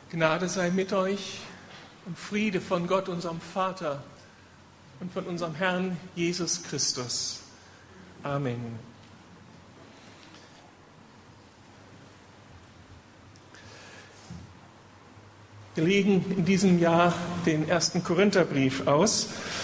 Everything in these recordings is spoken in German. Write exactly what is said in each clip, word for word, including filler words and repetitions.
Gnade sei mit euch und Friede von Gott, unserem Vater und von unserem Herrn Jesus Christus. Amen. Wir legen in diesem Jahr den ersten Korintherbrief aus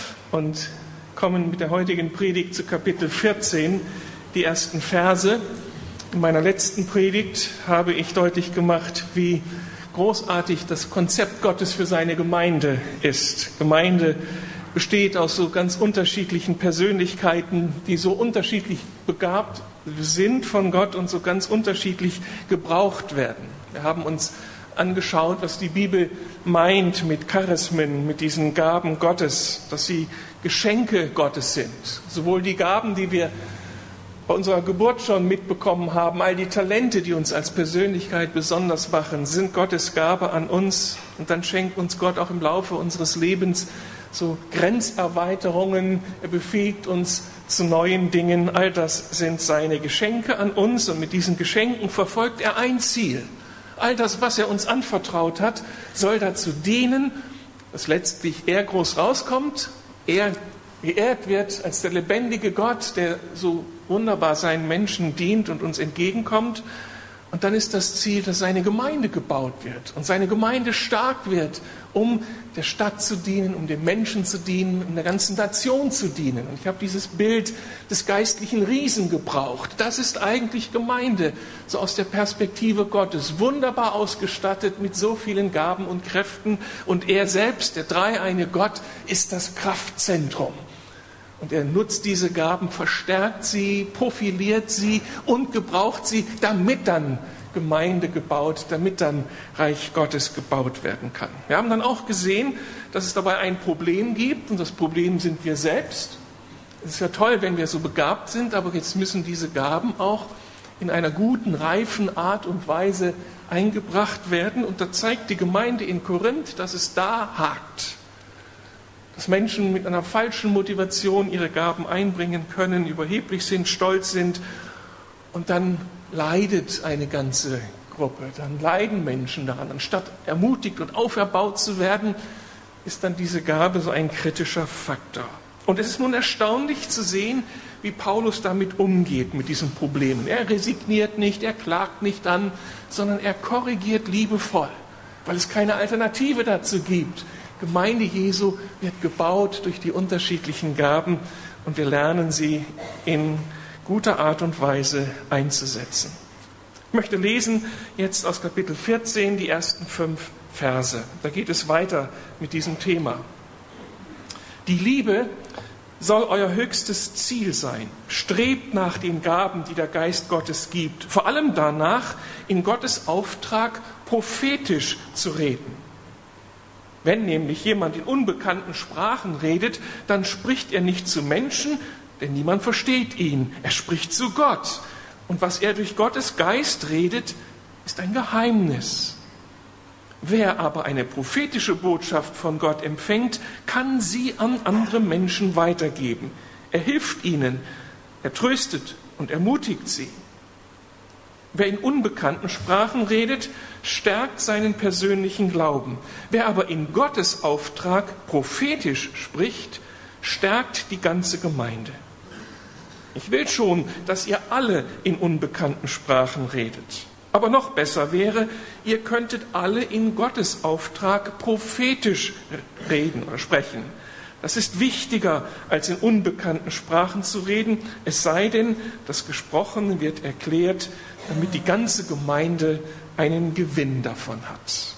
und kommen mit der heutigen Predigt zu Kapitel vierzehn, die ersten Verse. In meiner letzten Predigt habe ich deutlich gemacht, wie großartig das Konzept Gottes für seine Gemeinde ist. Gemeinde besteht aus so ganz unterschiedlichen Persönlichkeiten, die so unterschiedlich begabt sind von Gott und so ganz unterschiedlich gebraucht werden. Wir haben uns angeschaut, was die Bibel meint mit Charismen, mit diesen Gaben Gottes, dass sie Geschenke Gottes sind. Sowohl die Gaben, die wir bei unserer Geburt schon mitbekommen haben, all die Talente, die uns als Persönlichkeit besonders machen, sind Gottes Gabe an uns. Und dann schenkt uns Gott auch im Laufe unseres Lebens so Grenzerweiterungen. Er befähigt uns zu neuen Dingen. All das sind seine Geschenke an uns. Und mit diesen Geschenken verfolgt er ein Ziel. All das, was er uns anvertraut hat, soll dazu dienen, dass letztlich er groß rauskommt, er geehrt wird als der lebendige Gott, der so wunderbar seinen Menschen dient und uns entgegenkommt. Und dann ist das Ziel, dass seine Gemeinde gebaut wird und seine Gemeinde stark wird, um der Stadt zu dienen, um den Menschen zu dienen, um der ganzen Nation zu dienen. Und ich habe dieses Bild des geistlichen Riesen gebraucht. Das ist eigentlich Gemeinde, so aus der Perspektive Gottes, wunderbar ausgestattet mit so vielen Gaben und Kräften. Und er selbst, der dreieine Gott, ist das Kraftzentrum. Und er nutzt diese Gaben, verstärkt sie, profiliert sie und gebraucht sie, damit dann Gemeinde gebaut, damit dann Reich Gottes gebaut werden kann. Wir haben dann auch gesehen, dass es dabei ein Problem gibt, und das Problem sind wir selbst. Es ist ja toll, wenn wir so begabt sind, aber jetzt müssen diese Gaben auch in einer guten, reifen Art und Weise eingebracht werden. Und da zeigt die Gemeinde in Korinth, dass es da hakt. Dass Menschen mit einer falschen Motivation ihre Gaben einbringen können, überheblich sind, stolz sind, und dann leidet eine ganze Gruppe, dann leiden Menschen daran. Anstatt ermutigt und auferbaut zu werden, ist dann diese Gabe so ein kritischer Faktor. Und es ist nun erstaunlich zu sehen, wie Paulus damit umgeht, mit diesen Problemen. Er resigniert nicht, er klagt nicht an, sondern er korrigiert liebevoll, weil es keine Alternative dazu gibt. Gemeinde Jesu wird gebaut durch die unterschiedlichen Gaben und wir lernen sie in guter Art und Weise einzusetzen. Ich möchte lesen jetzt aus Kapitel vierzehn die ersten fünf Verse. Da geht es weiter mit diesem Thema. Die Liebe soll euer höchstes Ziel sein. Strebt nach den Gaben, die der Geist Gottes gibt. Vor allem danach, in Gottes Auftrag prophetisch zu reden. Wenn nämlich jemand in unbekannten Sprachen redet, dann spricht er nicht zu Menschen, denn niemand versteht ihn. Er spricht zu Gott. Und was er durch Gottes Geist redet, ist ein Geheimnis. Wer aber eine prophetische Botschaft von Gott empfängt, kann sie an andere Menschen weitergeben. Er hilft ihnen, er tröstet und ermutigt sie. Wer in unbekannten Sprachen redet, stärkt seinen persönlichen Glauben. Wer aber in Gottes Auftrag prophetisch spricht, stärkt die ganze Gemeinde. Ich will schon, dass ihr alle in unbekannten Sprachen redet. Aber noch besser wäre, ihr könntet alle in Gottes Auftrag prophetisch reden oder sprechen. Das ist wichtiger, als in unbekannten Sprachen zu reden, es sei denn, das Gesprochene wird erklärt, damit die ganze Gemeinde einen Gewinn davon hat.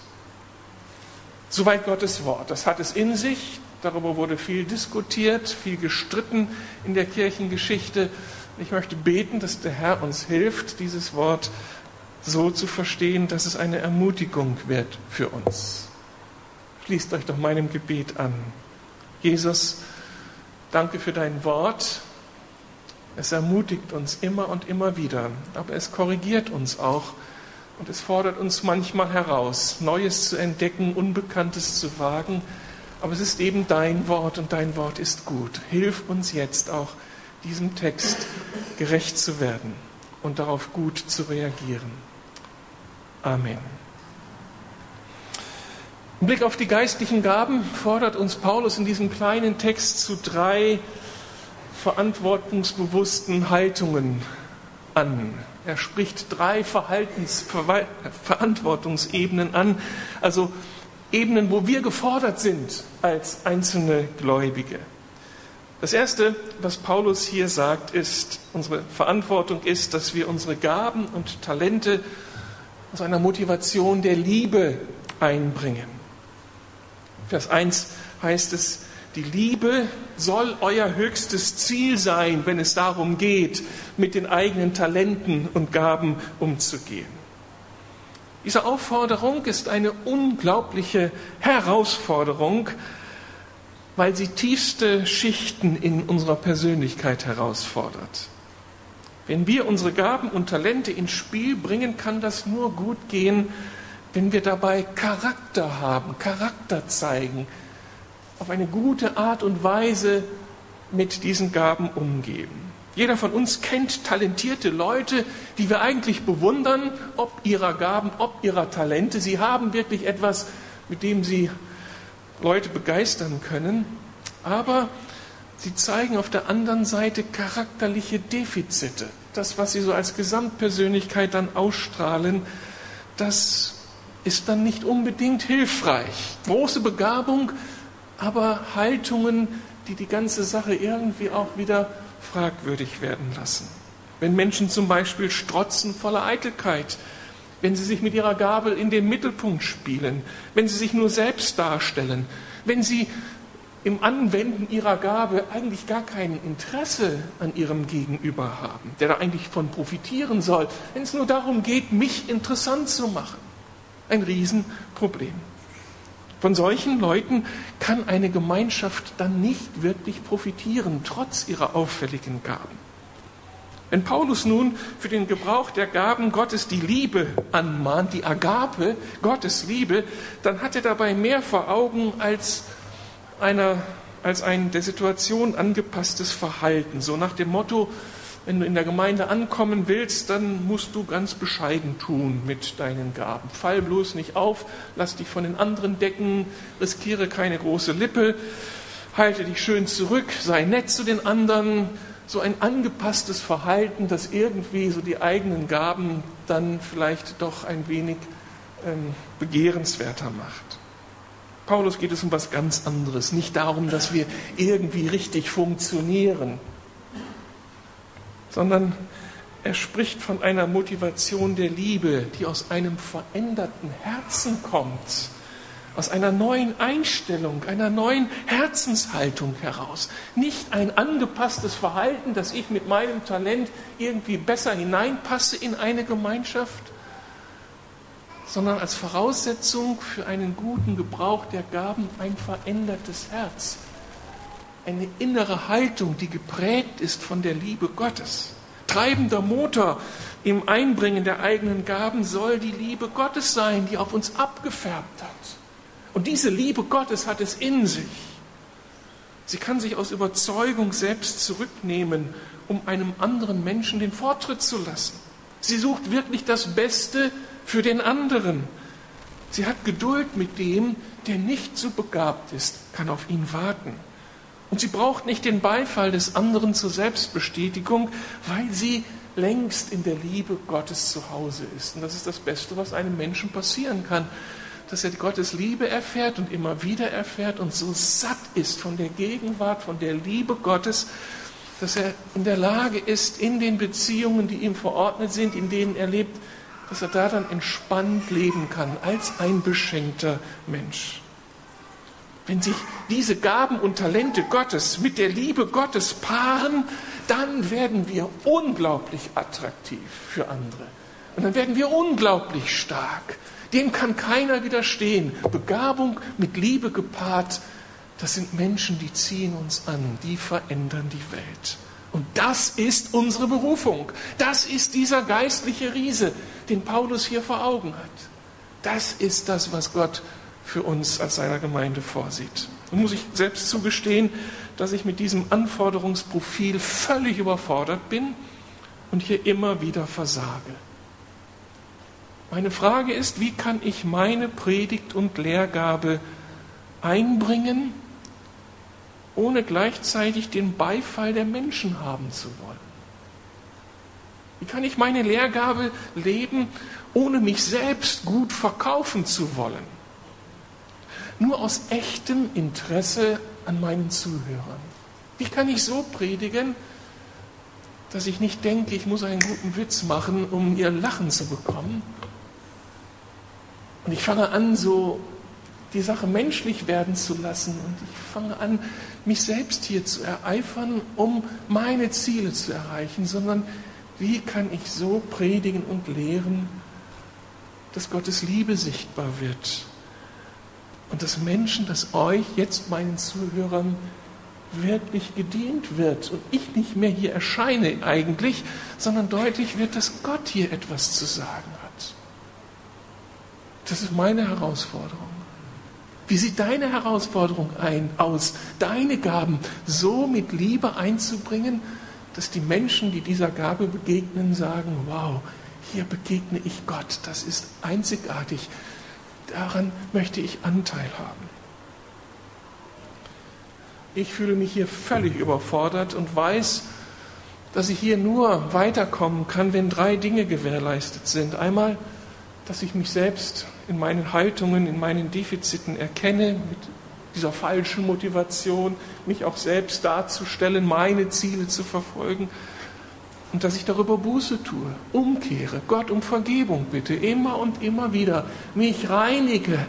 Soweit Gottes Wort. Das hat es in sich. Darüber wurde viel diskutiert, viel gestritten in der Kirchengeschichte. Ich möchte beten, dass der Herr uns hilft, dieses Wort so zu verstehen, dass es eine Ermutigung wird für uns. Schließt euch doch meinem Gebet an. Jesus, danke für dein Wort. Es ermutigt uns immer und immer wieder, aber es korrigiert uns auch und es fordert uns manchmal heraus, Neues zu entdecken, Unbekanntes zu wagen. Aber es ist eben dein Wort und dein Wort ist gut. Hilf uns jetzt auch, diesem Text gerecht zu werden und darauf gut zu reagieren. Amen. Im Blick auf die geistlichen Gaben fordert uns Paulus in diesem kleinen Text zu drei verantwortungsbewussten Haltungen an. Er spricht drei Verhaltens-, Ver- Verantwortungsebenen an, also Ebenen, wo wir gefordert sind als einzelne Gläubige. Das Erste, was Paulus hier sagt, ist, unsere Verantwortung ist, dass wir unsere Gaben und Talente aus einer Motivation der Liebe einbringen. Vers eins heißt es, die Liebe soll euer höchstes Ziel sein, wenn es darum geht, mit den eigenen Talenten und Gaben umzugehen. Diese Aufforderung ist eine unglaubliche Herausforderung, weil sie tiefste Schichten in unserer Persönlichkeit herausfordert. Wenn wir unsere Gaben und Talente ins Spiel bringen, kann das nur gut gehen, wenn wir dabei Charakter haben, Charakter zeigen, auf eine gute Art und Weise mit diesen Gaben umgehen. Jeder von uns kennt talentierte Leute, die wir eigentlich bewundern, ob ihrer Gaben, ob ihrer Talente. Sie haben wirklich etwas, mit dem sie Leute begeistern können, aber sie zeigen auf der anderen Seite charakterliche Defizite. Das, was sie so als Gesamtpersönlichkeit dann ausstrahlen, das ist dann nicht unbedingt hilfreich. Große Begabung, aber Haltungen, die die ganze Sache irgendwie auch wieder fragwürdig werden lassen. Wenn Menschen zum Beispiel strotzen voller Eitelkeit, wenn sie sich mit ihrer Gabe in den Mittelpunkt spielen, wenn sie sich nur selbst darstellen, wenn sie im Anwenden ihrer Gabe eigentlich gar kein Interesse an ihrem Gegenüber haben, der da eigentlich von profitieren soll, wenn es nur darum geht, mich interessant zu machen. Ein Riesenproblem. Von solchen Leuten kann eine Gemeinschaft dann nicht wirklich profitieren, trotz ihrer auffälligen Gaben. Wenn Paulus nun für den Gebrauch der Gaben Gottes die Liebe anmahnt, die Agape, Gottes Liebe, dann hat er dabei mehr vor Augen als, einer, als ein der Situation angepasstes Verhalten. So nach dem Motto, wenn du in der Gemeinde ankommen willst, dann musst du ganz bescheiden tun mit deinen Gaben. Fall bloß nicht auf, lass dich von den anderen decken, riskiere keine große Lippe, halte dich schön zurück, sei nett zu den anderen. So ein angepasstes Verhalten, das irgendwie so die eigenen Gaben dann vielleicht doch ein wenig ähm, begehrenswerter macht. Paulus geht es um was ganz anderes. Nicht darum, dass wir irgendwie richtig funktionieren, sondern er spricht von einer Motivation der Liebe, die aus einem veränderten Herzen kommt, aus einer neuen Einstellung, einer neuen Herzenshaltung heraus. Nicht ein angepasstes Verhalten, dass ich mit meinem Talent irgendwie besser hineinpasse in eine Gemeinschaft, sondern als Voraussetzung für einen guten Gebrauch der Gaben ein verändertes Herz. Eine innere Haltung, die geprägt ist von der Liebe Gottes. Treibender Motor im Einbringen der eigenen Gaben soll die Liebe Gottes sein, die auf uns abgefärbt hat. Und diese Liebe Gottes hat es in sich. Sie kann sich aus Überzeugung selbst zurücknehmen, um einem anderen Menschen den Vortritt zu lassen. Sie sucht wirklich das Beste für den anderen. Sie hat Geduld mit dem, der nicht so begabt ist, kann auf ihn warten. Und sie braucht nicht den Beifall des anderen zur Selbstbestätigung, weil sie längst in der Liebe Gottes zu Hause ist. Und das ist das Beste, was einem Menschen passieren kann, dass er Gottes Liebe erfährt und immer wieder erfährt und so satt ist von der Gegenwart, von der Liebe Gottes, dass er in der Lage ist, in den Beziehungen, die ihm verordnet sind, in denen er lebt, dass er da dann entspannt leben kann, als ein beschenkter Mensch. Wenn sich diese Gaben und Talente Gottes mit der Liebe Gottes paaren, dann werden wir unglaublich attraktiv für andere. Und dann werden wir unglaublich stark. Dem kann keiner widerstehen. Begabung mit Liebe gepaart, das sind Menschen, die ziehen uns an, die verändern die Welt. Und das ist unsere Berufung. Das ist dieser geistliche Riese, den Paulus hier vor Augen hat. Das ist das, was Gott für uns als seiner Gemeinde vorsieht. Und muss ich selbst zugestehen, dass ich mit diesem Anforderungsprofil völlig überfordert bin und hier immer wieder versage. Meine Frage ist, wie kann ich meine Predigt und Lehrgabe einbringen, ohne gleichzeitig den Beifall der Menschen haben zu wollen? Wie kann ich meine Lehrgabe leben, ohne mich selbst gut verkaufen zu wollen? Nur aus echtem Interesse an meinen Zuhörern. Wie kann ich so predigen, dass ich nicht denke, ich muss einen guten Witz machen, um ihr Lachen zu bekommen? Und ich fange an, so die Sache menschlich werden zu lassen. Und ich fange an, mich selbst hier zu ereifern, um meine Ziele zu erreichen. Sondern wie kann ich so predigen und lehren, dass Gottes Liebe sichtbar wird? Und dass Menschen, dass euch, jetzt meinen Zuhörern, wirklich gedient wird. Und ich nicht mehr hier erscheine eigentlich, sondern deutlich wird, dass Gott hier etwas zu sagen hat. Das ist meine Herausforderung. Wie sieht deine Herausforderung ein, aus, deine Gaben so mit Liebe einzubringen, dass die Menschen, die dieser Gabe begegnen, sagen, wow, hier begegne ich Gott, das ist einzigartig, daran möchte ich Anteil haben. Ich fühle mich hier völlig überfordert und weiß, dass ich hier nur weiterkommen kann, wenn drei Dinge gewährleistet sind. Einmal, dass ich mich selbst in meinen Haltungen, in meinen Defiziten erkenne, mit dieser falschen Motivation, mich auch selbst darzustellen, meine Ziele zu verfolgen und dass ich darüber Buße tue, umkehre, Gott um Vergebung bitte, immer und immer wieder, mich reinige,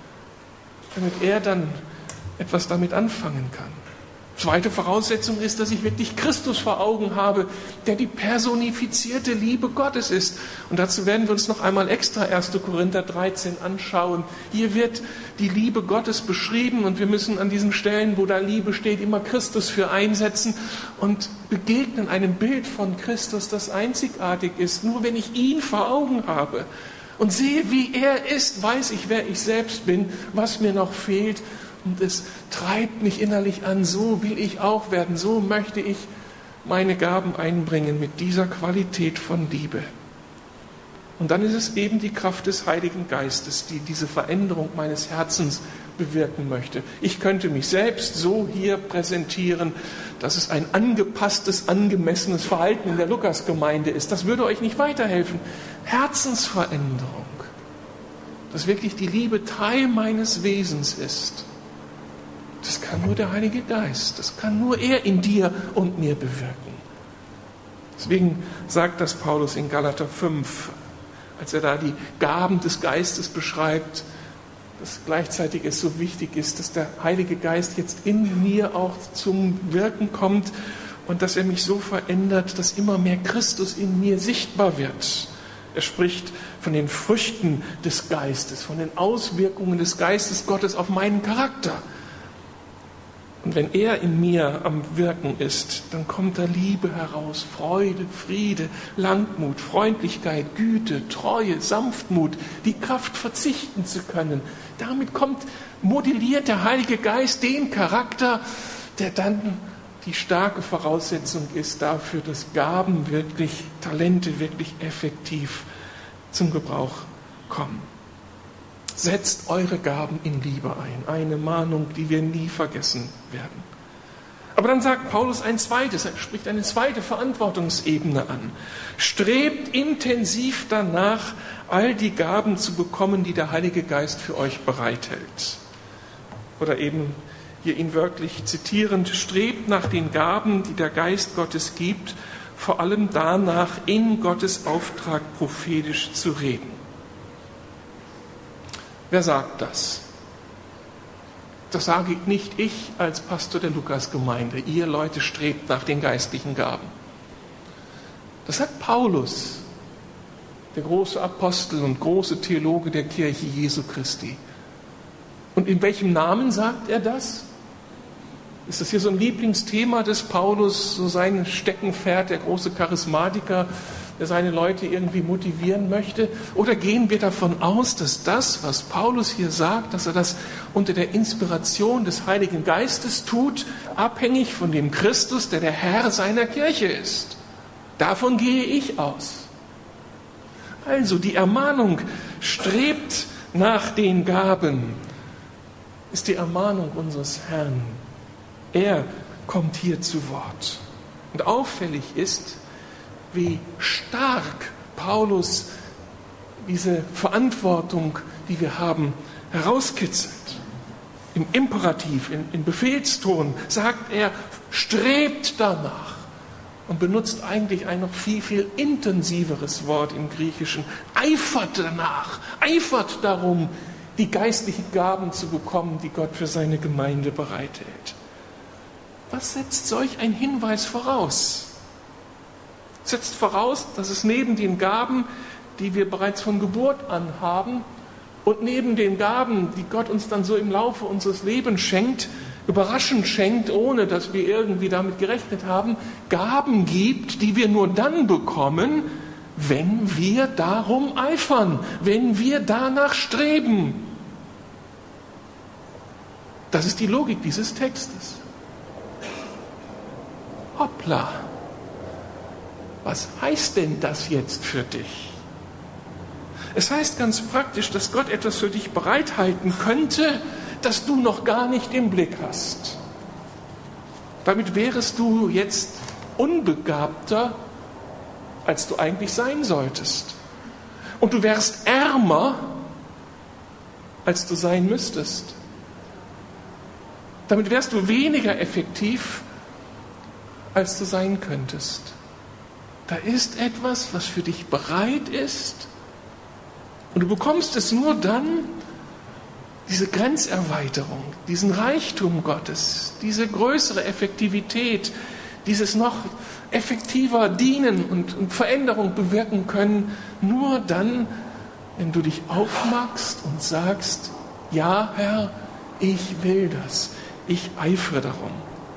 damit er dann etwas damit anfangen kann. Zweite Voraussetzung ist, dass ich wirklich Christus vor Augen habe, der die personifizierte Liebe Gottes ist. Und dazu werden wir uns noch einmal extra erster Korinther dreizehn anschauen. Hier wird die Liebe Gottes beschrieben und wir müssen an diesen Stellen, wo da Liebe steht, immer Christus für einsetzen und begegnen einem Bild von Christus, das einzigartig ist. Nur wenn ich ihn vor Augen habe und sehe, wie er ist, weiß ich, wer ich selbst bin, was mir noch fehlt. Und es treibt mich innerlich an, so will ich auch werden, so möchte ich meine Gaben einbringen mit dieser Qualität von Liebe. Und dann ist es eben die Kraft des Heiligen Geistes, die diese Veränderung meines Herzens bewirken möchte. Ich könnte mich selbst so hier präsentieren, dass es ein angepasstes, angemessenes Verhalten in der Lukasgemeinde ist. Das würde euch nicht weiterhelfen. Herzensveränderung, dass wirklich die Liebe Teil meines Wesens ist. Das kann nur der Heilige Geist, das kann nur er in dir und mir bewirken. Deswegen sagt das Paulus in Galater fünf, als er da die Gaben des Geistes beschreibt, dass gleichzeitig es so wichtig ist, dass der Heilige Geist jetzt in mir auch zum Wirken kommt und dass er mich so verändert, dass immer mehr Christus in mir sichtbar wird. Er spricht von den Früchten des Geistes, von den Auswirkungen des Geistes Gottes auf meinen Charakter. Und wenn er in mir am Wirken ist, dann kommt da Liebe heraus, Freude, Friede, Langmut, Freundlichkeit, Güte, Treue, Sanftmut, die Kraft verzichten zu können. Damit kommt, modelliert der Heilige Geist den Charakter, der dann die starke Voraussetzung ist dafür, dass Gaben wirklich, Talente wirklich effektiv zum Gebrauch kommen. Setzt eure Gaben in Liebe ein. Eine Mahnung, die wir nie vergessen werden. Aber dann sagt Paulus ein zweites, er spricht eine zweite Verantwortungsebene an. Strebt intensiv danach, all die Gaben zu bekommen, die der Heilige Geist für euch bereithält. Oder eben hier ihn wörtlich zitierend, strebt nach den Gaben, die der Geist Gottes gibt, vor allem danach, in Gottes Auftrag prophetisch zu reden. Wer sagt das? Das sage nicht ich als Pastor der Lukasgemeinde. Ihr Leute strebt nach den geistlichen Gaben. Das sagt Paulus, der große Apostel und große Theologe der Kirche Jesu Christi. Und in welchem Namen sagt er das? Ist das hier so ein Lieblingsthema des Paulus, so sein Steckenpferd, der große Charismatiker, der seine Leute irgendwie motivieren möchte? Oder gehen wir davon aus, dass das, was Paulus hier sagt, dass er das unter der Inspiration des Heiligen Geistes tut, abhängig von dem Christus, der der Herr seiner Kirche ist? Davon gehe ich aus. Also die Ermahnung, strebt nach den Gaben, ist die Ermahnung unseres Herrn. Er kommt hier zu Wort. Und auffällig ist, wie stark Paulus diese Verantwortung, die wir haben, herauskitzelt. Im Imperativ, in, in Befehlston sagt er, strebt danach. Und benutzt eigentlich ein noch viel, viel intensiveres Wort im Griechischen. Eifert danach, eifert darum, die geistlichen Gaben zu bekommen, die Gott für seine Gemeinde bereithält. Was setzt solch ein Hinweis voraus? Setzt voraus, dass es neben den Gaben, die wir bereits von Geburt an haben, und neben den Gaben, die Gott uns dann so im Laufe unseres Lebens schenkt, überraschend schenkt, ohne dass wir irgendwie damit gerechnet haben, Gaben gibt, die wir nur dann bekommen, wenn wir darum eifern, wenn wir danach streben. Das ist die Logik dieses Textes. Hoppla, was heißt denn das jetzt für dich? Es heißt ganz praktisch, dass Gott etwas für dich bereithalten könnte, das du noch gar nicht im Blick hast. Damit wärest du jetzt unbegabter, als du eigentlich sein solltest. Und du wärst ärmer, als du sein müsstest. Damit wärst du weniger effektiv, als du sein könntest. Da ist etwas, was für dich bereit ist, und du bekommst es nur dann, diese Grenzerweiterung, diesen Reichtum Gottes, diese größere Effektivität, dieses noch effektiver dienen und, und Veränderung bewirken können, nur dann, wenn du dich aufmachst und sagst, ja Herr, ich will das, ich eifere darum.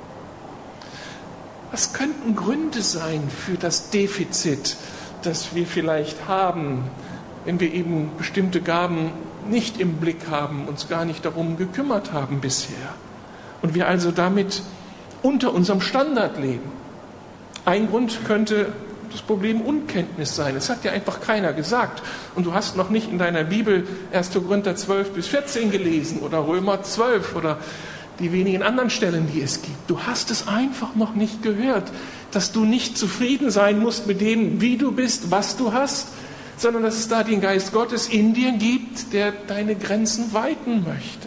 Was könnten Gründe sein für das Defizit, das wir vielleicht haben, wenn wir eben bestimmte Gaben nicht im Blick haben, uns gar nicht darum gekümmert haben bisher und wir also damit unter unserem Standard leben? Ein Grund könnte das Problem Unkenntnis sein. Es hat dir einfach keiner gesagt und du hast noch nicht in deiner Bibel erster Korinther zwölf bis vierzehn gelesen oder Römer zwölf oder die wenigen anderen Stellen, die es gibt. Du hast es einfach noch nicht gehört, dass du nicht zufrieden sein musst mit dem, wie du bist, was du hast, sondern dass es da den Geist Gottes in dir gibt, der deine Grenzen weiten möchte.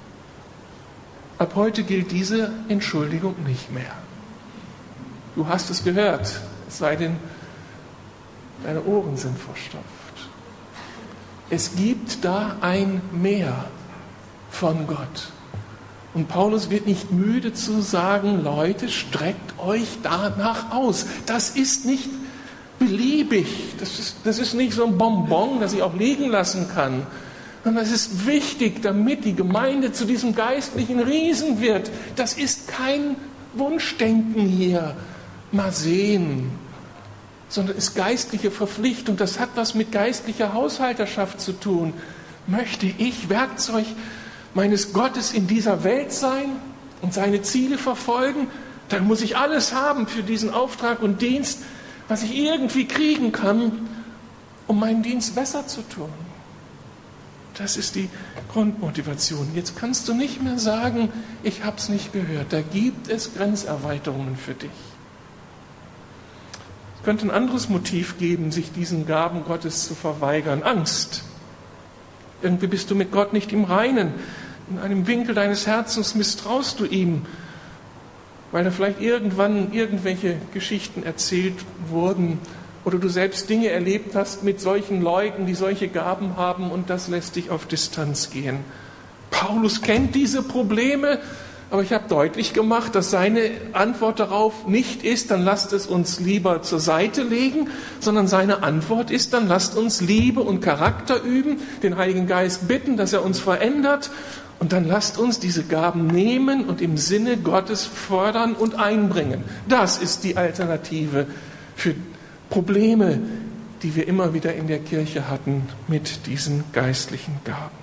Ab heute gilt diese Entschuldigung nicht mehr. Du hast es gehört, es sei denn, deine Ohren sind verstopft. Es gibt da ein Mehr von Gott. Und Paulus wird nicht müde zu sagen, Leute, streckt euch danach aus. Das ist nicht beliebig, das ist, das ist nicht so ein Bonbon, das ich auch liegen lassen kann, sondern es ist wichtig, damit die Gemeinde zu diesem geistlichen Riesen wird. Das ist kein Wunschdenken hier, mal sehen, sondern ist geistliche Verpflichtung. Das hat was mit geistlicher Haushalterschaft zu tun. Möchte ich Werkzeug meines Gottes in dieser Welt sein und seine Ziele verfolgen, dann muss ich alles haben für diesen Auftrag und Dienst, was ich irgendwie kriegen kann, um meinen Dienst besser zu tun. Das ist die Grundmotivation. Jetzt kannst du nicht mehr sagen, ich habe es nicht gehört. Da gibt es Grenzerweiterungen für dich. Es könnte ein anderes Motiv geben, sich diesen Gaben Gottes zu verweigern. Angst. Irgendwie bist du mit Gott nicht im Reinen. In einem Winkel deines Herzens misstraust du ihm, weil da vielleicht irgendwann irgendwelche Geschichten erzählt wurden oder du selbst Dinge erlebt hast mit solchen Leuten, die solche Gaben haben und das lässt dich auf Distanz gehen. Paulus kennt diese Probleme, aber ich habe deutlich gemacht, dass seine Antwort darauf nicht ist, dann lasst es uns lieber zur Seite legen, sondern seine Antwort ist, dann lasst uns Liebe und Charakter üben, den Heiligen Geist bitten, dass er uns verändert. Und dann lasst uns diese Gaben nehmen und im Sinne Gottes fördern und einbringen. Das ist die Alternative für Probleme, die wir immer wieder in der Kirche hatten mit diesen geistlichen Gaben.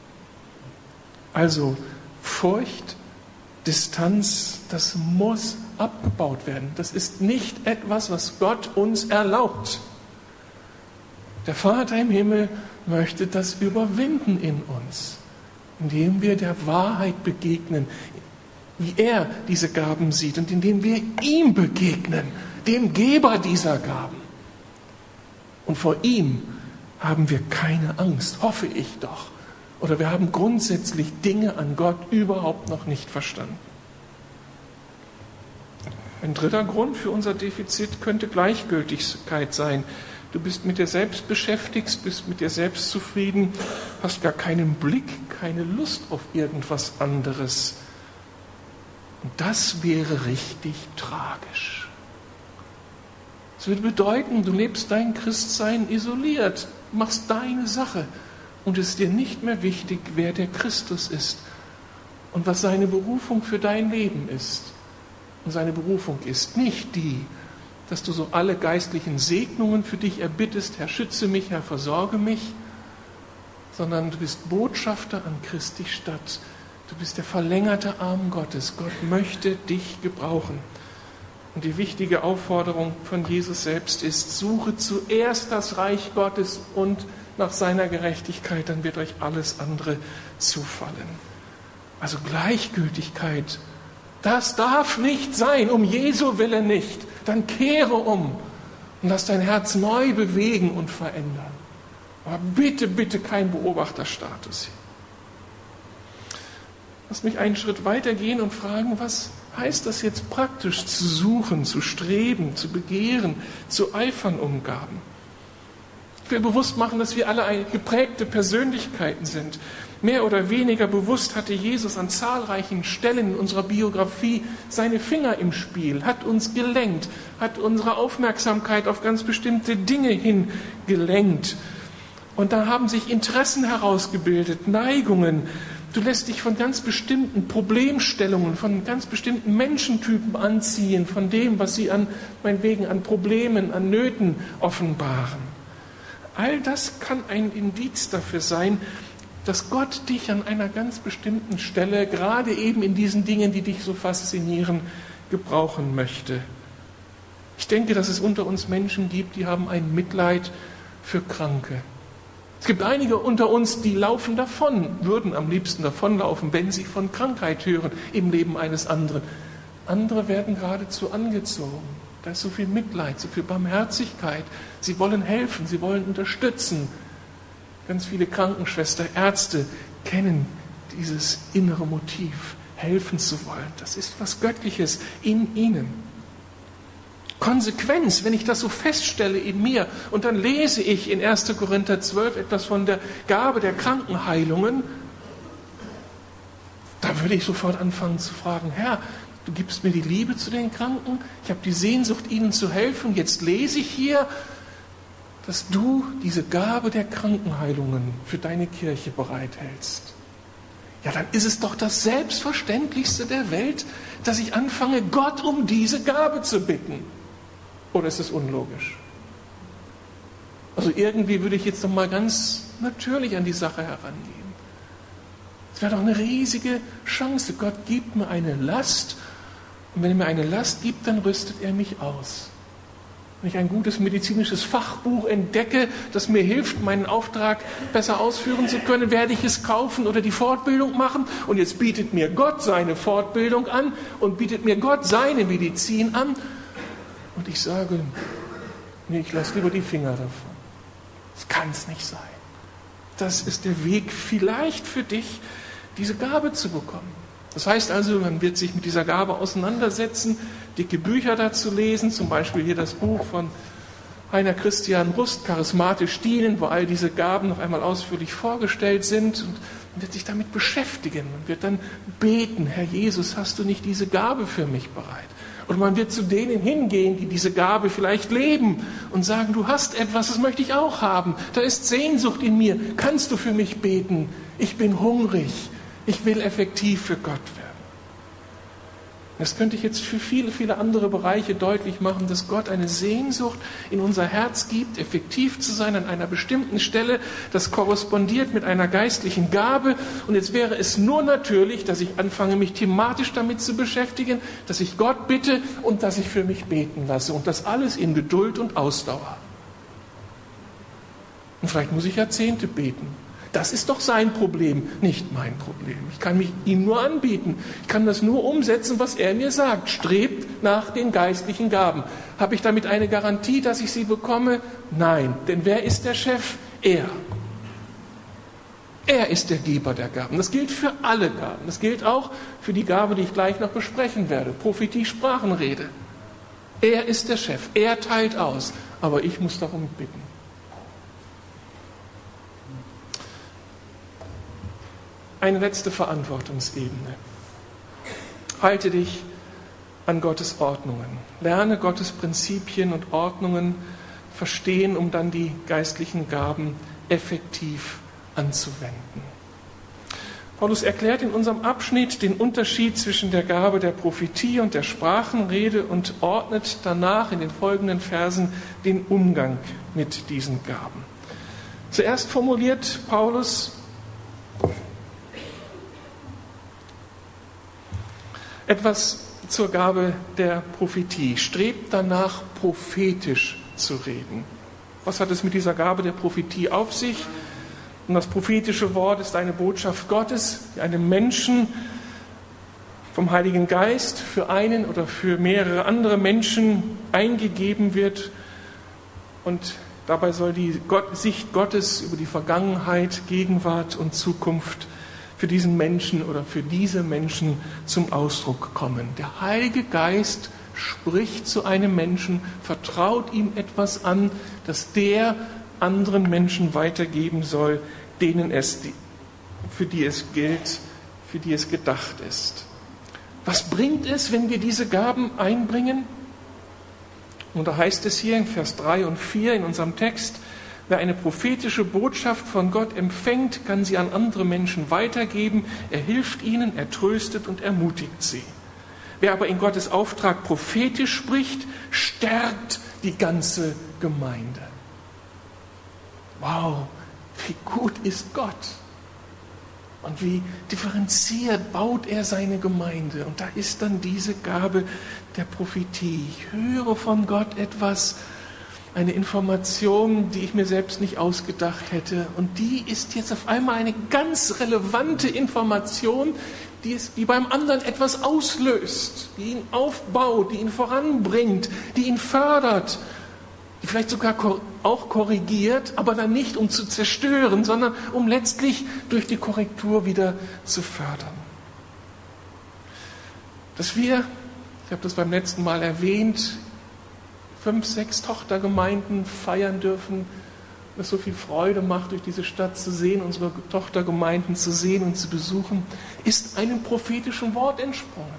Also Furcht, Distanz, das muss abgebaut werden. Das ist nicht etwas, was Gott uns erlaubt. Der Vater im Himmel möchte das überwinden in uns, indem wir der Wahrheit begegnen, wie er diese Gaben sieht und indem wir ihm begegnen, dem Geber dieser Gaben. Und vor ihm haben wir keine Angst, hoffe ich doch. Oder wir haben grundsätzlich Dinge an Gott überhaupt noch nicht verstanden. Ein dritter Grund für unser Defizit könnte Gleichgültigkeit sein. Du bist mit dir selbst beschäftigt, bist mit dir selbst zufrieden, hast gar keinen Blick, keine Lust auf irgendwas anderes. Und das wäre richtig tragisch. Das würde bedeuten, du lebst dein Christsein isoliert, machst deine Sache und es ist dir nicht mehr wichtig, wer der Christus ist und was seine Berufung für dein Leben ist. Und seine Berufung ist nicht die, dass du so alle geistlichen Segnungen für dich erbittest, Herr, schütze mich, Herr, versorge mich, sondern du bist Botschafter an Christi Stadt. Du bist der verlängerte Arm Gottes. Gott möchte dich gebrauchen. Und die wichtige Aufforderung von Jesus selbst ist, suche zuerst das Reich Gottes und nach seiner Gerechtigkeit, dann wird euch alles andere zufallen. Also Gleichgültigkeit, das darf nicht sein, um Jesu Willen nicht. Dann kehre um und lass dein Herz neu bewegen und verändern. Aber bitte, bitte kein Beobachterstatus hier. Lass mich einen Schritt weitergehen und fragen, was heißt das jetzt praktisch, zu suchen, zu streben, zu begehren, zu eifern um Gaben? Ich will bewusst machen, dass wir alle geprägte Persönlichkeiten sind. Mehr oder weniger bewusst hatte Jesus an zahlreichen Stellen in unserer Biografie seine Finger im Spiel, hat uns gelenkt, hat unsere Aufmerksamkeit auf ganz bestimmte Dinge hingelenkt. Und da haben sich Interessen herausgebildet, Neigungen. Du lässt dich von ganz bestimmten Problemstellungen, von ganz bestimmten Menschentypen anziehen, von dem, was sie an, meinetwegen an Problemen, an Nöten offenbaren. All das kann ein Indiz dafür sein, dass Gott dich an einer ganz bestimmten Stelle, gerade eben in diesen Dingen, die dich so faszinieren, gebrauchen möchte. Ich denke, dass es unter uns Menschen gibt, die haben ein Mitleid für Kranke. Es gibt einige unter uns, die laufen davon, würden am liebsten davonlaufen, wenn sie von Krankheit hören im Leben eines anderen. Andere werden geradezu angezogen. Da ist so viel Mitleid, so viel Barmherzigkeit. Sie wollen helfen, sie wollen unterstützen. Ganz viele Krankenschwestern, Ärzte kennen dieses innere Motiv, helfen zu wollen. Das ist was Göttliches in ihnen. Konsequenz, wenn ich das so feststelle in mir und dann lese ich in erster Korinther zwölf etwas von der Gabe der Krankenheilungen, da würde ich sofort anfangen zu fragen, Herr, du gibst mir die Liebe zu den Kranken, ich habe die Sehnsucht, ihnen zu helfen, jetzt lese ich hier, dass du diese Gabe der Krankenheilungen für deine Kirche bereithältst. Ja, dann ist es doch das Selbstverständlichste der Welt, dass ich anfange, Gott um diese Gabe zu bitten. Oder ist es unlogisch? Also irgendwie würde ich jetzt noch mal ganz natürlich an die Sache herangehen. Es wäre doch eine riesige Chance. Gott gibt mir eine Last und wenn er mir eine Last gibt, dann rüstet er mich aus. Wenn ich ein gutes medizinisches Fachbuch entdecke, das mir hilft, meinen Auftrag besser ausführen zu können, werde ich es kaufen oder die Fortbildung machen. Und jetzt bietet mir Gott seine Fortbildung an und bietet mir Gott seine Medizin an. Und ich sage, nee, ich lasse lieber die Finger davon. Das kann es nicht sein. Das ist der Weg vielleicht für dich, diese Gabe zu bekommen. Das heißt also, man wird sich mit dieser Gabe auseinandersetzen, dicke Bücher dazu lesen, zum Beispiel hier das Buch von Heiner Christian Rust, Charismatisch dienen, wo all diese Gaben noch einmal ausführlich vorgestellt sind. Und man wird sich damit beschäftigen. Man wird dann beten, Herr Jesus, hast du nicht diese Gabe für mich bereit? Und man wird zu denen hingehen, die diese Gabe vielleicht leben und sagen, du hast etwas, das möchte ich auch haben. Da ist Sehnsucht in mir. Kannst du für mich beten? Ich bin hungrig. Ich will effektiv für Gott werden. Das könnte ich jetzt für viele, viele andere Bereiche deutlich machen, dass Gott eine Sehnsucht in unser Herz gibt, effektiv zu sein an einer bestimmten Stelle. Das korrespondiert mit einer geistlichen Gabe. Und jetzt wäre es nur natürlich, dass ich anfange, mich thematisch damit zu beschäftigen, dass ich Gott bitte und dass ich für mich beten lasse. Und das alles in Geduld und Ausdauer. Und vielleicht muss ich Jahrzehnte beten. Das ist doch sein Problem, nicht mein Problem. Ich kann mich ihm nur anbieten. Ich kann das nur umsetzen, was er mir sagt. Strebt nach den geistlichen Gaben. Habe ich damit eine Garantie, dass ich sie bekomme? Nein. Denn wer ist der Chef? Er. Er ist der Geber der Gaben. Das gilt für alle Gaben. Das gilt auch für die Gabe, die ich gleich noch besprechen werde. Prophetie, Sprachenrede. Er ist der Chef. Er teilt aus. Aber ich muss darum bitten. Eine letzte Verantwortungsebene. Halte dich an Gottes Ordnungen. Lerne Gottes Prinzipien und Ordnungen verstehen, um dann die geistlichen Gaben effektiv anzuwenden. Paulus erklärt in unserem Abschnitt den Unterschied zwischen der Gabe der Prophetie und der Sprachenrede und ordnet danach in den folgenden Versen den Umgang mit diesen Gaben. Zuerst formuliert Paulus etwas zur Gabe der Prophetie. Strebt danach, prophetisch zu reden. Was hat es mit dieser Gabe der Prophetie auf sich? Und das prophetische Wort ist eine Botschaft Gottes, die einem Menschen vom Heiligen Geist für einen oder für mehrere andere Menschen eingegeben wird. Und dabei soll die Gott, Sicht Gottes über die Vergangenheit, Gegenwart und Zukunft für diesen Menschen oder für diese Menschen zum Ausdruck kommen. Der Heilige Geist spricht zu einem Menschen, vertraut ihm etwas an, das der anderen Menschen weitergeben soll, denen es, für die es gilt, für die es gedacht ist. Was bringt es, wenn wir diese Gaben einbringen? Und da heißt es hier in Vers drei und vier in unserem Text: Wer eine prophetische Botschaft von Gott empfängt, kann sie an andere Menschen weitergeben. Er hilft ihnen, er tröstet und ermutigt sie. Wer aber in Gottes Auftrag prophetisch spricht, stärkt die ganze Gemeinde. Wow, wie gut ist Gott! Und wie differenziert baut er seine Gemeinde. Und da ist dann diese Gabe der Prophetie. Ich höre von Gott etwas, eine Information, die ich mir selbst nicht ausgedacht hätte. Und die ist jetzt auf einmal eine ganz relevante Information, die, es, die beim anderen etwas auslöst, die ihn aufbaut, die ihn voranbringt, die ihn fördert, die vielleicht sogar auch korrigiert, aber dann nicht um zu zerstören, sondern um letztlich durch die Korrektur wieder zu fördern. Dass wir, ich habe das beim letzten Mal erwähnt, fünf, sechs Tochtergemeinden feiern dürfen, es so viel Freude macht, durch diese Stadt zu sehen, unsere Tochtergemeinden zu sehen und zu besuchen, ist einem prophetischen Wort entsprungen.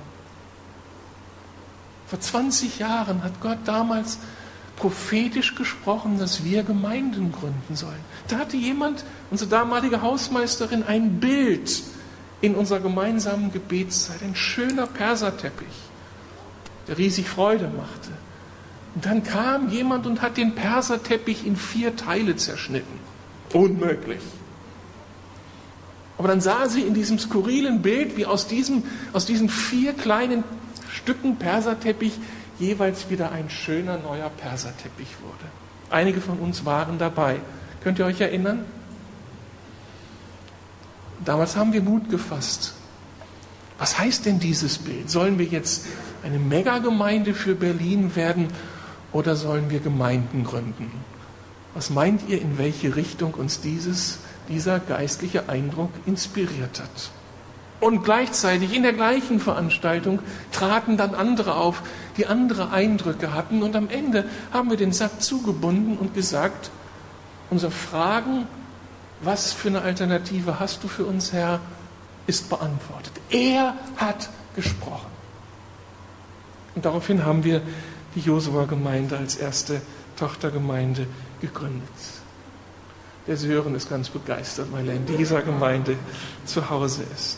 Vor zwanzig Jahren hat Gott damals prophetisch gesprochen, dass wir Gemeinden gründen sollen. Da hatte jemand, unsere damalige Hausmeisterin, ein Bild in unserer gemeinsamen Gebetszeit, ein schöner Perserteppich, der riesig Freude machte. Und dann kam jemand und hat den Perserteppich in vier Teile zerschnitten. Unmöglich. Aber dann sah sie in diesem skurrilen Bild, wie aus, diesem, aus diesen vier kleinen Stücken Perserteppich jeweils wieder ein schöner neuer Perserteppich wurde. Einige von uns waren dabei. Könnt ihr euch erinnern? Damals haben wir Mut gefasst. Was heißt denn dieses Bild? Sollen wir jetzt eine Megagemeinde für Berlin werden oder sollen wir Gemeinden gründen? Was meint ihr, in welche Richtung uns dieses, dieser geistliche Eindruck inspiriert hat? Und gleichzeitig in der gleichen Veranstaltung traten dann andere auf, die andere Eindrücke hatten. Und am Ende haben wir den Sack zugebunden und gesagt, unsere Fragen, was für eine Alternative hast du für uns, Herr, ist beantwortet. Er hat gesprochen. Und daraufhin haben wir die Josua-Gemeinde als erste Tochtergemeinde gegründet. Der Sören ist ganz begeistert, weil er in dieser Gemeinde zu Hause ist.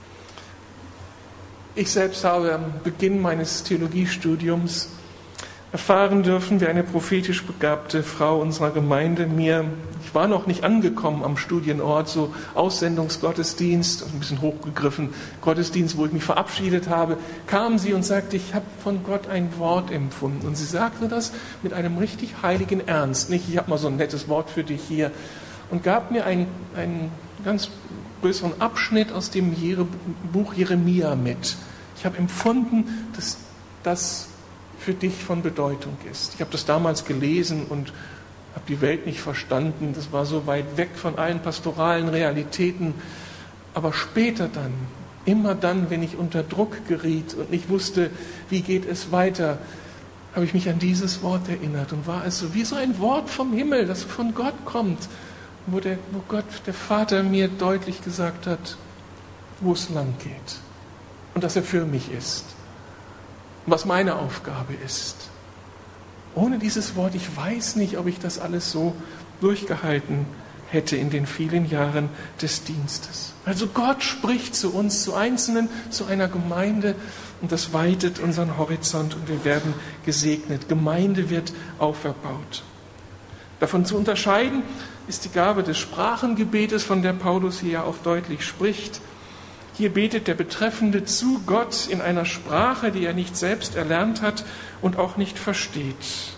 Ich selbst habe am Beginn meines Theologiestudiums erfahren dürfen, wie eine prophetisch begabte Frau unserer Gemeinde mir, ich war noch nicht angekommen am Studienort, so Aussendungsgottesdienst, ein bisschen hochgegriffen, Gottesdienst, wo ich mich verabschiedet habe, kam sie und sagte, ich habe von Gott ein Wort empfunden. Und sie sagte das mit einem richtig heiligen Ernst. Nicht, ich habe mal so ein nettes Wort für dich hier. Und gab mir einen, einen ganz größeren Abschnitt aus dem Buch Jeremia mit. Ich habe empfunden, dass das für dich von Bedeutung ist. Ich habe das damals gelesen und habe die Welt nicht verstanden. Das war so weit weg von allen pastoralen Realitäten. Aber später dann, immer dann, wenn ich unter Druck geriet und nicht wusste, wie geht es weiter, habe ich mich an dieses Wort erinnert und war es so wie so ein Wort vom Himmel, das von Gott kommt, wo, der, wo Gott, der Vater, mir deutlich gesagt hat, wo es lang geht und dass er für mich ist. Was meine Aufgabe ist. Ohne dieses Wort, ich weiß nicht, ob ich das alles so durchgehalten hätte in den vielen Jahren des Dienstes. Also Gott spricht zu uns, zu Einzelnen, zu einer Gemeinde und das weitet unseren Horizont und wir werden gesegnet. Gemeinde wird auferbaut. Davon zu unterscheiden ist die Gabe des Sprachengebetes, von der Paulus hier ja auch deutlich spricht. Hier betet der Betreffende zu Gott in einer Sprache, die er nicht selbst erlernt hat und auch nicht versteht.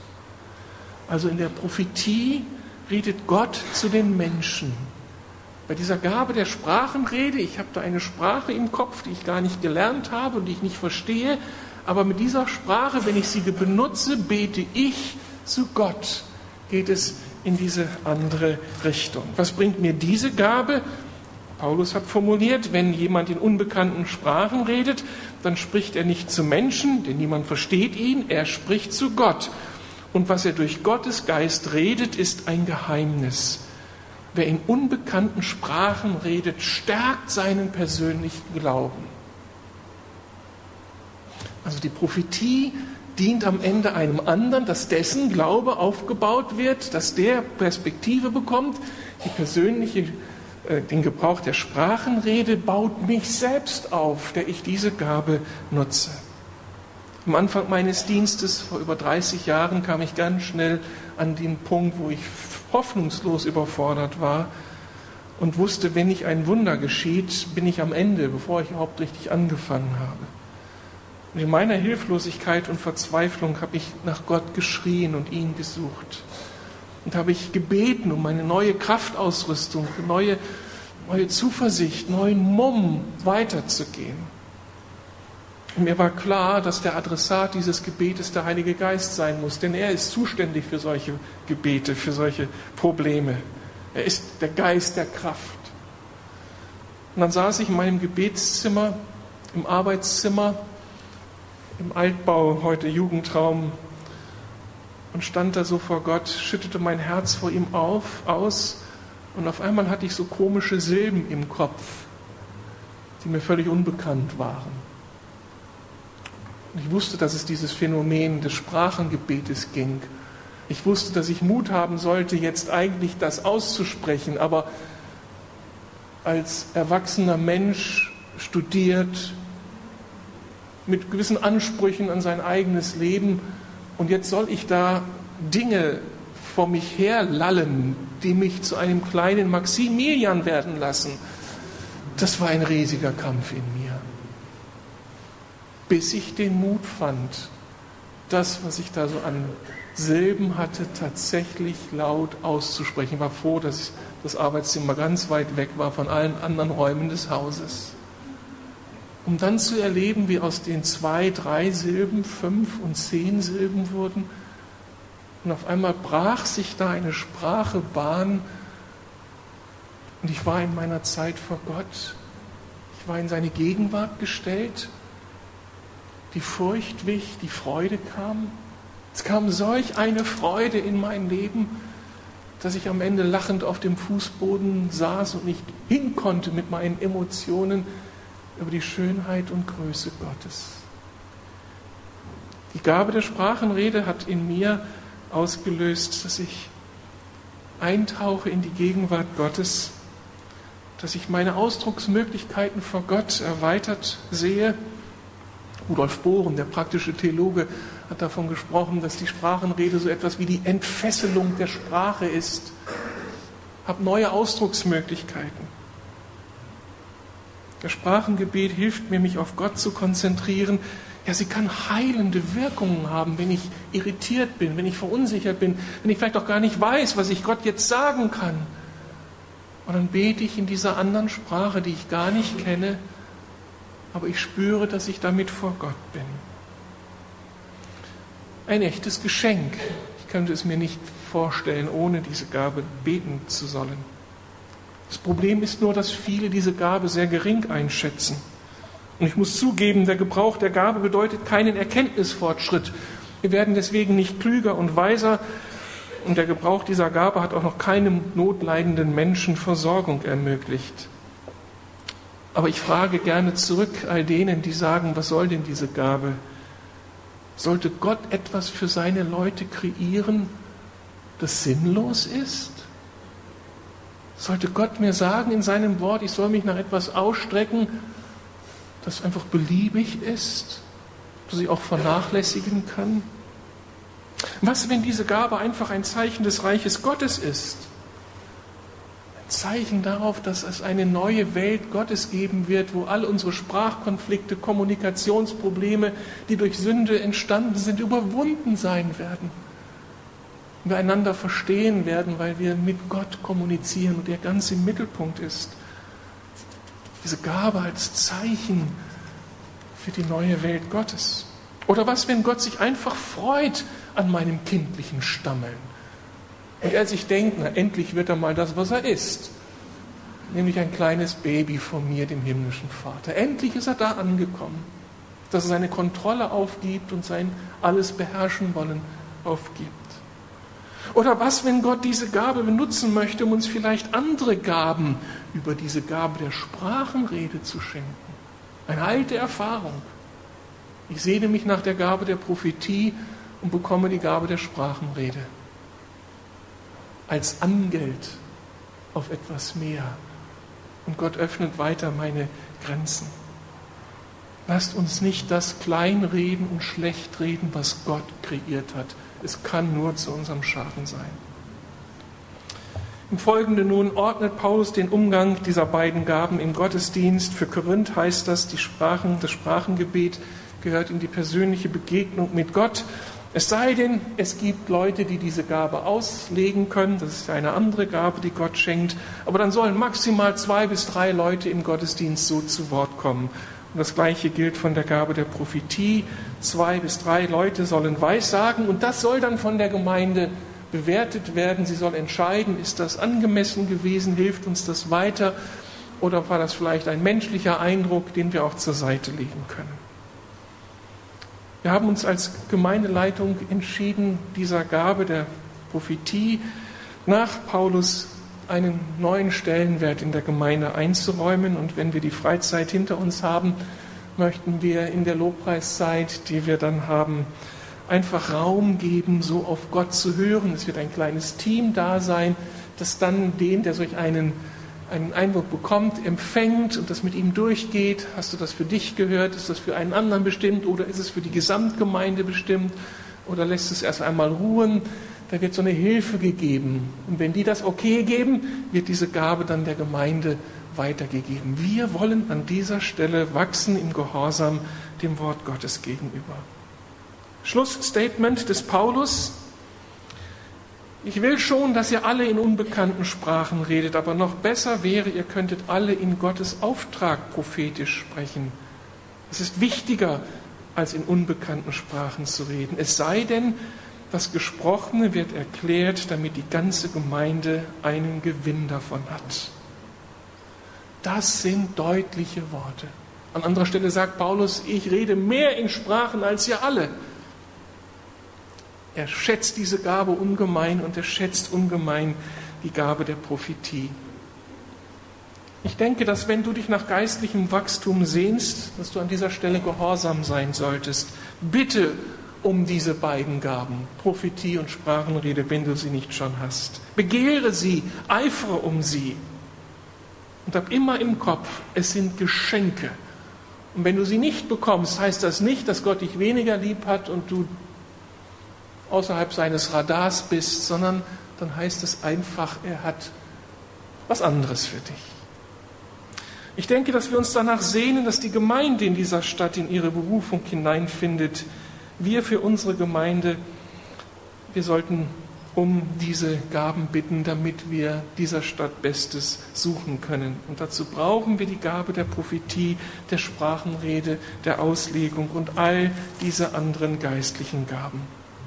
Also in der Prophetie redet Gott zu den Menschen. Bei dieser Gabe der Sprachenrede, ich habe da eine Sprache im Kopf, die ich gar nicht gelernt habe und die ich nicht verstehe, aber mit dieser Sprache, wenn ich sie benutze, bete ich zu Gott. Geht es in diese andere Richtung. Was bringt mir diese Gabe? Paulus hat formuliert, wenn jemand in unbekannten Sprachen redet, dann spricht er nicht zu Menschen, denn niemand versteht ihn, er spricht zu Gott. Und was er durch Gottes Geist redet, ist ein Geheimnis. Wer in unbekannten Sprachen redet, stärkt seinen persönlichen Glauben. Also die Prophetie dient am Ende einem anderen, dass dessen Glaube aufgebaut wird, dass der Perspektive bekommt, die persönliche Den Gebrauch der Sprachenrede baut mich selbst auf, der ich diese Gabe nutze. Am Anfang meines Dienstes, vor über dreißig Jahren, kam ich ganz schnell an den Punkt, wo ich hoffnungslos überfordert war und wusste, wenn nicht ein Wunder geschieht, bin ich am Ende, bevor ich überhaupt richtig angefangen habe. Und in meiner Hilflosigkeit und Verzweiflung habe ich nach Gott geschrien und ihn gesucht. Und habe ich gebeten um eine neue Kraftausrüstung, neue, neue Zuversicht, neuen Mumm weiterzugehen. Und mir war klar, dass der Adressat dieses Gebetes der Heilige Geist sein muss, denn er ist zuständig für solche Gebete, für solche Probleme. Er ist der Geist der Kraft. Und dann saß ich in meinem Gebetszimmer, im Arbeitszimmer, im Altbau, heute Jugendraum, und stand da so vor Gott, schüttete mein Herz vor ihm auf, aus und auf einmal hatte ich so komische Silben im Kopf, die mir völlig unbekannt waren. Und ich wusste, dass es dieses Phänomen des Sprachengebetes ging. Ich wusste, dass ich Mut haben sollte, jetzt eigentlich das auszusprechen, aber als erwachsener Mensch studiert, mit gewissen Ansprüchen an sein eigenes Leben, und jetzt soll ich da Dinge vor mich herlallen, die mich zu einem kleinen Maximilian werden lassen. Das war ein riesiger Kampf in mir. Bis ich den Mut fand, das, was ich da so an Silben hatte, tatsächlich laut auszusprechen. Ich war froh, dass das Arbeitszimmer ganz weit weg war von allen anderen Räumen des Hauses. Um dann zu erleben, wie aus den zwei, drei Silben fünf und zehn Silben wurden. Und auf einmal brach sich da eine Sprache Bahn. Und ich war in meiner Zeit vor Gott. Ich war in seine Gegenwart gestellt. Die Furcht wich, die Freude kam. Es kam solch eine Freude in mein Leben, dass ich am Ende lachend auf dem Fußboden saß und nicht hin konnte mit meinen Emotionen über die Schönheit und Größe Gottes. Die Gabe der Sprachenrede hat in mir ausgelöst, dass ich eintauche in die Gegenwart Gottes, dass ich meine Ausdrucksmöglichkeiten vor Gott erweitert sehe Rudolf Bohren, der praktische Theologe, hat davon gesprochen, dass die Sprachenrede so etwas wie die Entfesselung der Sprache ist. Hab neue Ausdrucksmöglichkeiten. Das Sprachengebet hilft mir, mich auf Gott zu konzentrieren. Ja, sie kann heilende Wirkungen haben, wenn ich irritiert bin, wenn ich verunsichert bin, wenn ich vielleicht auch gar nicht weiß, was ich Gott jetzt sagen kann. Und dann bete ich in dieser anderen Sprache, die ich gar nicht kenne, aber ich spüre, dass ich damit vor Gott bin. Ein echtes Geschenk. Ich könnte es mir nicht vorstellen, ohne diese Gabe beten zu sollen. Das Problem ist nur, dass viele diese Gabe sehr gering einschätzen. Und ich muss zugeben, der Gebrauch der Gabe bedeutet keinen Erkenntnisfortschritt. Wir werden deswegen nicht klüger und weiser. Und der Gebrauch dieser Gabe hat auch noch keinem notleidenden Menschen Versorgung ermöglicht. Aber ich frage gerne zurück all denen, die sagen, was soll denn diese Gabe? Sollte Gott etwas für seine Leute kreieren, das sinnlos ist? Sollte Gott mir sagen in seinem Wort, ich soll mich nach etwas ausstrecken, das einfach beliebig ist, das ich auch vernachlässigen kann? Was, wenn diese Gabe einfach ein Zeichen des Reiches Gottes ist? Ein Zeichen darauf, dass es eine neue Welt Gottes geben wird, wo all unsere Sprachkonflikte, Kommunikationsprobleme, die durch Sünde entstanden sind, überwunden sein werden. Und wir einander verstehen werden, weil wir mit Gott kommunizieren und er ganz im Mittelpunkt ist. Diese Gabe als Zeichen für die neue Welt Gottes. Oder was, wenn Gott sich einfach freut an meinem kindlichen Stammeln? Und er sich denkt, na, endlich wird er mal das, was er ist. Nämlich ein kleines Baby von mir, dem himmlischen Vater. Endlich ist er da angekommen. Dass er seine Kontrolle aufgibt und sein alles beherrschen wollen aufgibt. Oder was, wenn Gott diese Gabe benutzen möchte, um uns vielleicht andere Gaben über diese Gabe der Sprachenrede zu schenken? Eine alte Erfahrung. Ich sehne mich nach der Gabe der Prophetie und bekomme die Gabe der Sprachenrede. Als Angeld auf etwas mehr. Und Gott öffnet weiter meine Grenzen. Lasst uns nicht das kleinreden und schlechtreden, was Gott kreiert hat. Es kann nur zu unserem Schaden sein. Im Folgenden nun ordnet Paulus den Umgang dieser beiden Gaben im Gottesdienst. Für Korinth heißt das, die Sprachen, das Sprachengebet gehört in die persönliche Begegnung mit Gott. Es sei denn, es gibt Leute, die diese Gabe auslegen können. Das ist eine andere Gabe, die Gott schenkt. Aber dann sollen maximal zwei bis drei Leute im Gottesdienst so zu Wort kommen. Und das Gleiche gilt von der Gabe der Prophetie. Zwei bis drei Leute sollen Weissagen und das soll dann von der Gemeinde bewertet werden. Sie soll entscheiden, ist das angemessen gewesen, hilft uns das weiter oder war das vielleicht ein menschlicher Eindruck, den wir auch zur Seite legen können. Wir haben uns als Gemeindeleitung entschieden, dieser Gabe der Prophetie nach Paulus einen neuen Stellenwert in der Gemeinde einzuräumen. Und wenn wir die Freizeit hinter uns haben, möchten wir in der Lobpreiszeit, die wir dann haben, einfach Raum geben, so auf Gott zu hören. Es wird ein kleines Team da sein, das dann den, der solch einen, einen Eindruck bekommt, empfängt und das mit ihm durchgeht. Hast du das für dich gehört? Ist das für einen anderen bestimmt? Oder ist es für die Gesamtgemeinde bestimmt? Oder lässt es erst einmal ruhen? Da wird so eine Hilfe gegeben. Und wenn die das okay geben, wird diese Gabe dann der Gemeinde weitergegeben. Wir wollen an dieser Stelle wachsen im Gehorsam dem Wort Gottes gegenüber. Schlussstatement des Paulus. Ich will schon, dass ihr alle in unbekannten Sprachen redet, aber noch besser wäre, ihr könntet alle in Gottes Auftrag prophetisch sprechen. Es ist wichtiger, als in unbekannten Sprachen zu reden. Es sei denn, das Gesprochene wird erklärt, damit die ganze Gemeinde einen Gewinn davon hat. Das sind deutliche Worte. An anderer Stelle sagt Paulus, ich rede mehr in Sprachen als ihr alle. Er schätzt diese Gabe ungemein und er schätzt ungemein die Gabe der Prophetie. Ich denke, dass wenn du dich nach geistlichem Wachstum sehnst, dass du an dieser Stelle gehorsam sein solltest. Bitte um diese beiden Gaben, Prophetie und Sprachenrede, wenn du sie nicht schon hast. Begehre sie, eifere um sie. Und hab immer im Kopf, es sind Geschenke Und wenn du sie nicht bekommst, heißt das nicht, dass Gott dich weniger lieb hat und du außerhalb seines Radars bist, sondern dann heißt es einfach, er hat was anderes für dich. Ich denke, dass wir uns danach sehnen, dass die Gemeinde in dieser Stadt in ihre Berufung hineinfindet. Wir für unsere Gemeinde, wir sollten um diese Gaben bitten, damit wir dieser Stadt Bestes suchen können. Und dazu brauchen wir die Gabe der Prophetie, der Sprachenrede, der Auslegung und all diese anderen geistlichen Gaben.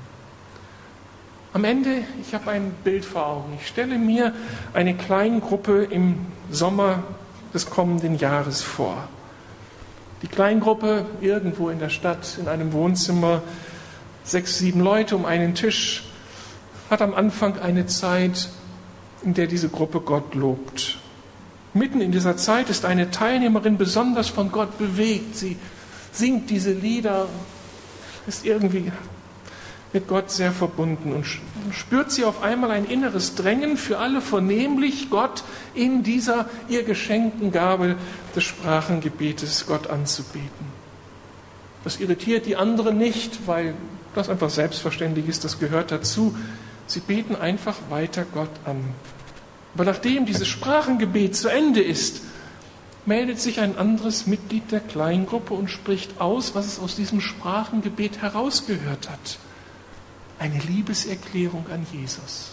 Am Ende, ich habe ein Bild vor Augen. Ich stelle mir eine Kleingruppe im Sommer des kommenden Jahres vor. Die Kleingruppe irgendwo in der Stadt, in einem Wohnzimmer, sechs, sieben Leute um einen Tisch, hat am Anfang eine Zeit, in der diese Gruppe Gott lobt. Mitten in dieser Zeit ist eine Teilnehmerin besonders von Gott bewegt. Sie singt diese Lieder, ist irgendwie mit Gott sehr verbunden und spürt sie auf einmal ein inneres Drängen, für alle vornehmlich Gott in dieser ihr geschenkten Gabe des Sprachengebetes Gott anzubeten. Das irritiert die anderen nicht, weil das einfach selbstverständlich ist, das gehört dazu. Sie beten einfach weiter Gott an. Aber nachdem dieses Sprachengebet zu Ende ist, meldet sich ein anderes Mitglied der Kleingruppe und spricht aus, was es aus diesem Sprachengebet herausgehört hat. Eine Liebeserklärung an Jesus.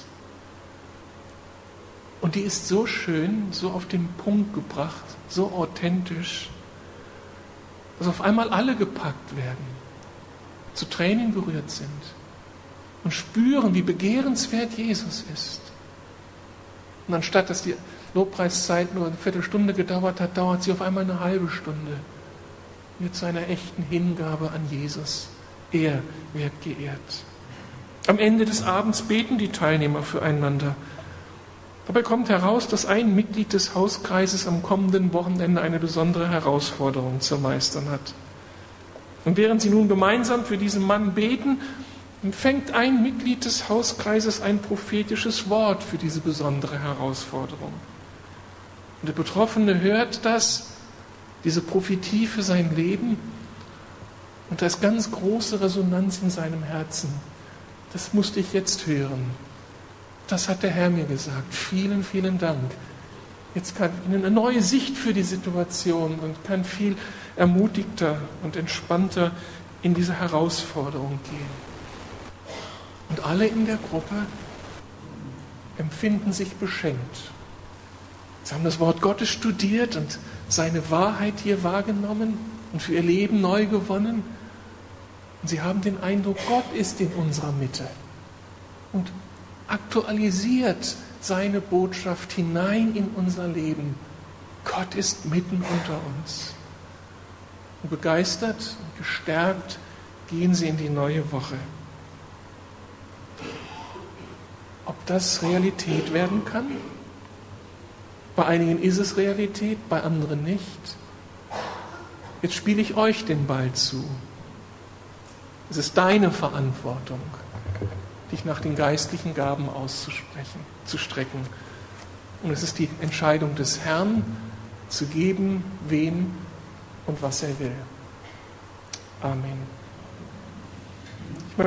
Und die ist so schön, so auf den Punkt gebracht, so authentisch, dass auf einmal alle gepackt werden, zu Tränen berührt sind und spüren, wie begehrenswert Jesus ist. Und anstatt dass die Lobpreiszeit nur eine Viertelstunde gedauert hat, dauert sie auf einmal eine halbe Stunde. Wird zu einer echten Hingabe an Jesus. Er wird geehrt. Am Ende des Abends beten die Teilnehmer füreinander. Dabei kommt heraus, dass ein Mitglied des Hauskreises am kommenden Wochenende eine besondere Herausforderung zu meistern hat. Und während sie nun gemeinsam für diesen Mann beten, empfängt ein Mitglied des Hauskreises ein prophetisches Wort für diese besondere Herausforderung. Und der Betroffene hört das, diese Prophetie für sein Leben, und da ist ganz große Resonanz in seinem Herzen. Das musste ich jetzt hören. Das hat der Herr mir gesagt. Vielen, vielen Dank. Jetzt kann ich eine neue Sicht für die Situation und kann viel ermutigter und entspannter in diese Herausforderung gehen. Und alle in der Gruppe empfinden sich beschenkt. Sie haben das Wort Gottes studiert und seine Wahrheit hier wahrgenommen und für ihr Leben neu gewonnen. Und sie haben den Eindruck, Gott ist in unserer Mitte und aktualisiert seine Botschaft hinein in unser Leben. Gott ist mitten unter uns. Und begeistert und gestärkt gehen sie in die neue Woche. Ob das Realität werden kann? Bei einigen ist es Realität, bei anderen nicht. Jetzt spiele ich euch den Ball zu. Es ist deine Verantwortung, dich nach den geistlichen Gaben auszusprechen, zu strecken. Und es ist die Entscheidung des Herrn, zu geben, wen und was er will. Amen.